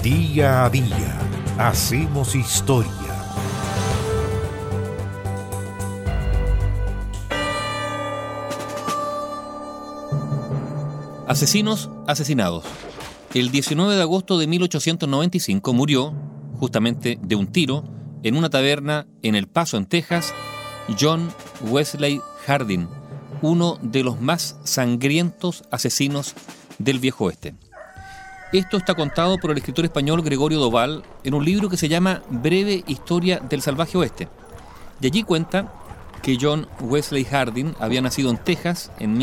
Día a día hacemos historia. Asesinos asesinados. El 19 de agosto de 1895 murió, justamente de un tiro, en una taberna en El Paso, en Texas, John Wesley Hardin, uno de los más sangrientos asesinos del Viejo Oeste. Esto está contado por el escritor español Gregorio Doval en un libro que se llama Breve Historia del Salvaje Oeste. Y allí cuenta que John Wesley Hardin había nacido en Texas en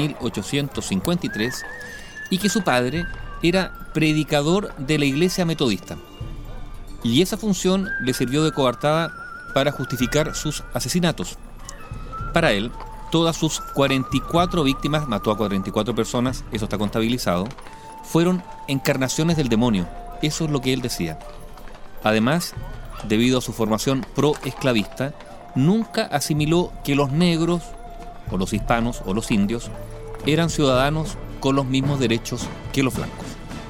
1853 y que su padre era predicador de la iglesia metodista. Y esa función le sirvió de coartada para justificar sus asesinatos. Para él, todas sus 44 víctimas, mató a 44 personas, eso está contabilizado, fueron encarnaciones del demonio. Eso es lo que él decía. Además, debido a su formación pro-esclavista, nunca asimiló que los negros, o los hispanos, o los indios, eran ciudadanos con los mismos derechos que los blancos.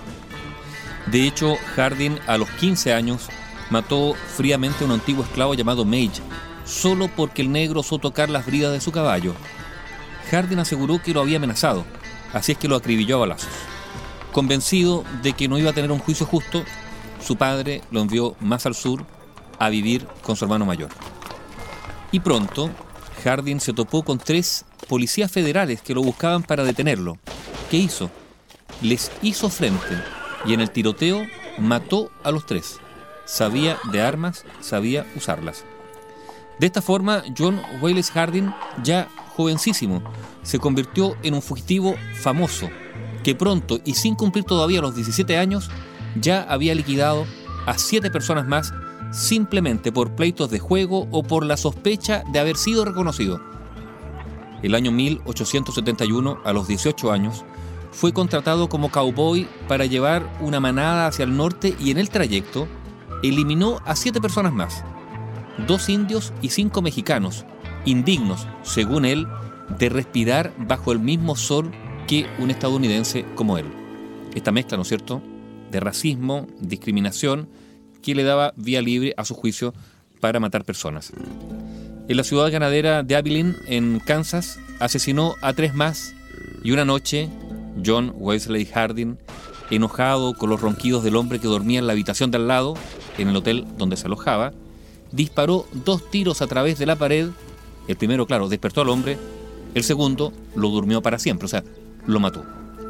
De hecho, Hardin a los 15 años mató fríamente a un antiguo esclavo llamado Mage, solo porque el negro osó tocar las bridas de su caballo. Hardin aseguró que lo había amenazado, así es que lo acribilló a balazos. Convencido de que no iba a tener un juicio justo, su padre lo envió más al sur a vivir con su hermano mayor. Y pronto, Hardin se topó con 3 policías federales que lo buscaban para detenerlo. ¿Qué hizo? Les hizo frente y en el tiroteo mató a los 3. Sabía de armas, sabía usarlas. De esta forma, John Wesley Hardin, ya jovencísimo, se convirtió en un fugitivo famoso, que pronto y sin cumplir todavía los 17 años, ya había liquidado a 7 personas más simplemente por pleitos de juego o por la sospecha de haber sido reconocido. El año 1871, a los 18 años, fue contratado como cowboy para llevar una manada hacia el norte y en el trayecto eliminó a 7 personas más, 2 indios y 5 mexicanos, indignos, según él, de respirar bajo el mismo sol que un estadounidense como él. Esta mezcla, ¿no es cierto?, de racismo, discriminación, que le daba vía libre a su juicio para matar personas. En la ciudad ganadera de Abilene, en Kansas, asesinó a 3 más y una noche, John Wesley Hardin, enojado con los ronquidos del hombre que dormía en la habitación de al lado, en el hotel donde se alojaba, disparó 2 tiros a través de la pared. El primero, claro, despertó al hombre, el segundo lo durmió para siempre, o sea, lo mató.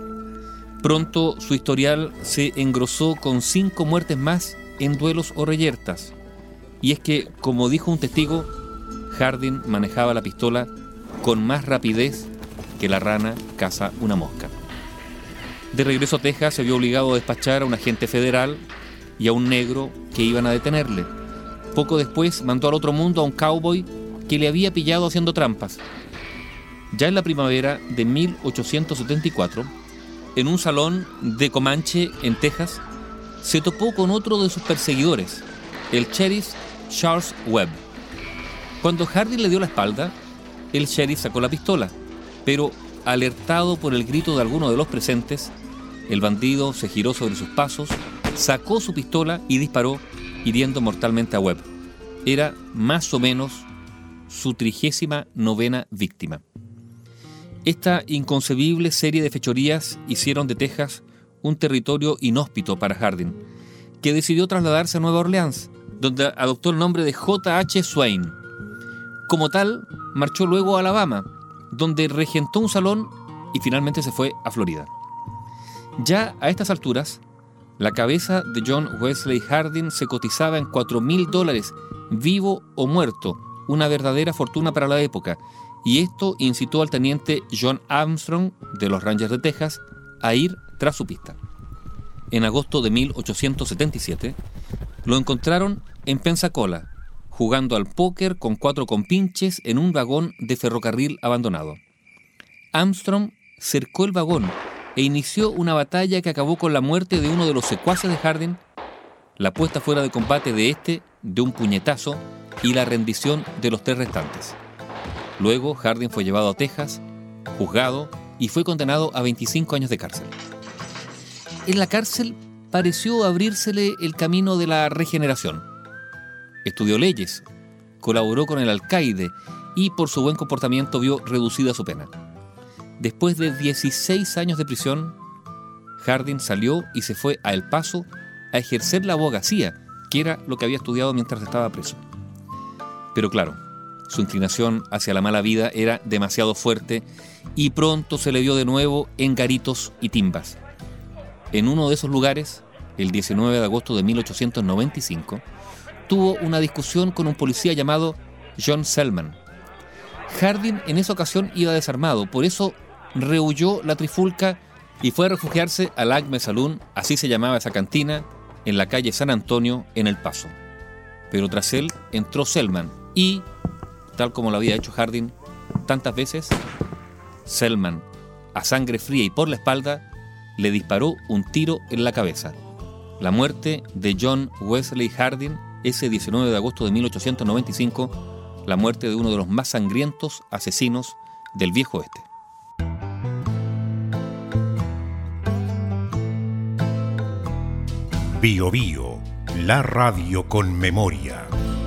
Pronto su historial se engrosó con 5 muertes más en duelos o reyertas. Y es que, como dijo un testigo, Hardin manejaba la pistola con más rapidez que la rana caza una mosca. De regreso a Texas se vio obligado a despachar a un agente federal y a un negro que iban a detenerle. Poco después mandó al otro mundo a un cowboy que le había pillado haciendo trampas. Ya en la primavera de 1874, en un salón de Comanche, en Texas, se topó con otro de sus perseguidores, el sheriff Charles Webb. Cuando Hardin le dio la espalda, el sheriff sacó la pistola, pero alertado por el grito de alguno de los presentes, el bandido se giró sobre sus pasos, sacó su pistola y disparó, hiriendo mortalmente a Webb. Era más o menos su 39ª víctima. Esta inconcebible serie de fechorías hicieron de Texas un territorio inhóspito para Hardin, que decidió trasladarse a Nueva Orleans, donde adoptó el nombre de J.H. Swain. Como tal, marchó luego a Alabama, donde regentó un salón y finalmente se fue a Florida. Ya a estas alturas, la cabeza de John Wesley Hardin se cotizaba en $4,000, vivo o muerto, una verdadera fortuna para la época, y esto incitó al teniente John Armstrong, de los Rangers de Texas, a ir tras su pista. En agosto de 1877, lo encontraron en Pensacola, jugando al póker con 4 compinches en un vagón de ferrocarril abandonado. Armstrong cercó el vagón e inició una batalla que acabó con la muerte de uno de los secuaces de Hardin, la puesta fuera de combate de este de un puñetazo y la rendición de los 3 restantes. Luego, Hardin fue llevado a Texas, juzgado y fue condenado a 25 años de cárcel. En la cárcel pareció abrírsele el camino de la regeneración. Estudió leyes, colaboró con el alcaide y por su buen comportamiento vio reducida su pena. Después de 16 años de prisión, Harding salió y se fue a El Paso a ejercer la abogacía, que era lo que había estudiado mientras estaba preso. Pero claro, su inclinación hacia la mala vida era demasiado fuerte y pronto se le vio de nuevo en garitos y timbas. En uno de esos lugares, el 19 de agosto de 1895, tuvo una discusión con un policía llamado John Selman. Harding en esa ocasión iba desarmado, por eso rehuyó la trifulca y fue a refugiarse al Acme Saloon, así se llamaba esa cantina, en la calle San Antonio, en El Paso. Pero tras él entró Selman y, tal como lo había hecho Harding tantas veces, Selman, a sangre fría y por la espalda, le disparó un tiro en la cabeza. La muerte de John Wesley Harding, ese 19 de agosto de 1895, la muerte de uno de los más sangrientos asesinos del Viejo Oeste. Bio Bio, la radio con memoria.